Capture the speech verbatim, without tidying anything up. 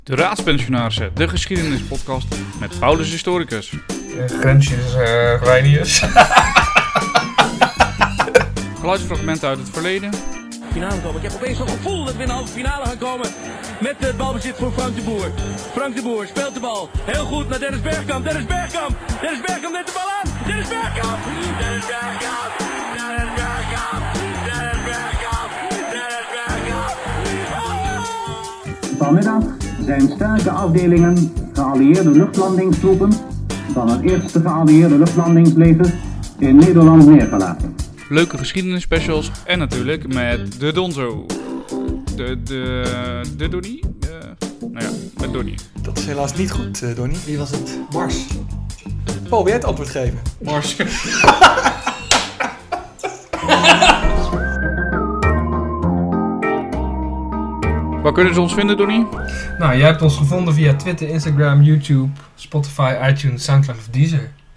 De Raadspensionarissen, de geschiedenispodcast met Paulus Historicus. Uh, Grensjes uh, Reinius. Geluidsfragmenten uit het verleden. Finale komen. Ik heb opeens zo'n gevoel dat we in de halve finale gaan komen. Met het balbezit voor Frank de Boer. Frank de Boer speelt de bal. Heel goed naar Dennis Bergkamp. Dennis Bergkamp. Dennis Bergkamp neemt de bal aan. Dennis Bergkamp. Dennis Bergkamp. Dennis Bergkamp. Dennis Bergkamp. Dennis Bergkamp. Vanmiddag zijn sterke afdelingen geallieerde luchtlandingstroepen van het eerste geallieerde luchtlandingsleger in Nederland neergelaten. Leuke geschiedenisspecials en natuurlijk met de Donzo. De, de, de Donnie? Uh, nou ja, met Donnie. Dat is helaas niet goed, uh, Donnie. Wie was het? Mars. Paul, wil jij het antwoord geven? Mars. Waar kunnen ze ons vinden, Donnie? Nou, jij hebt ons gevonden via Twitter, Instagram, YouTube, Spotify, iTunes, Soundcloud of Deezer.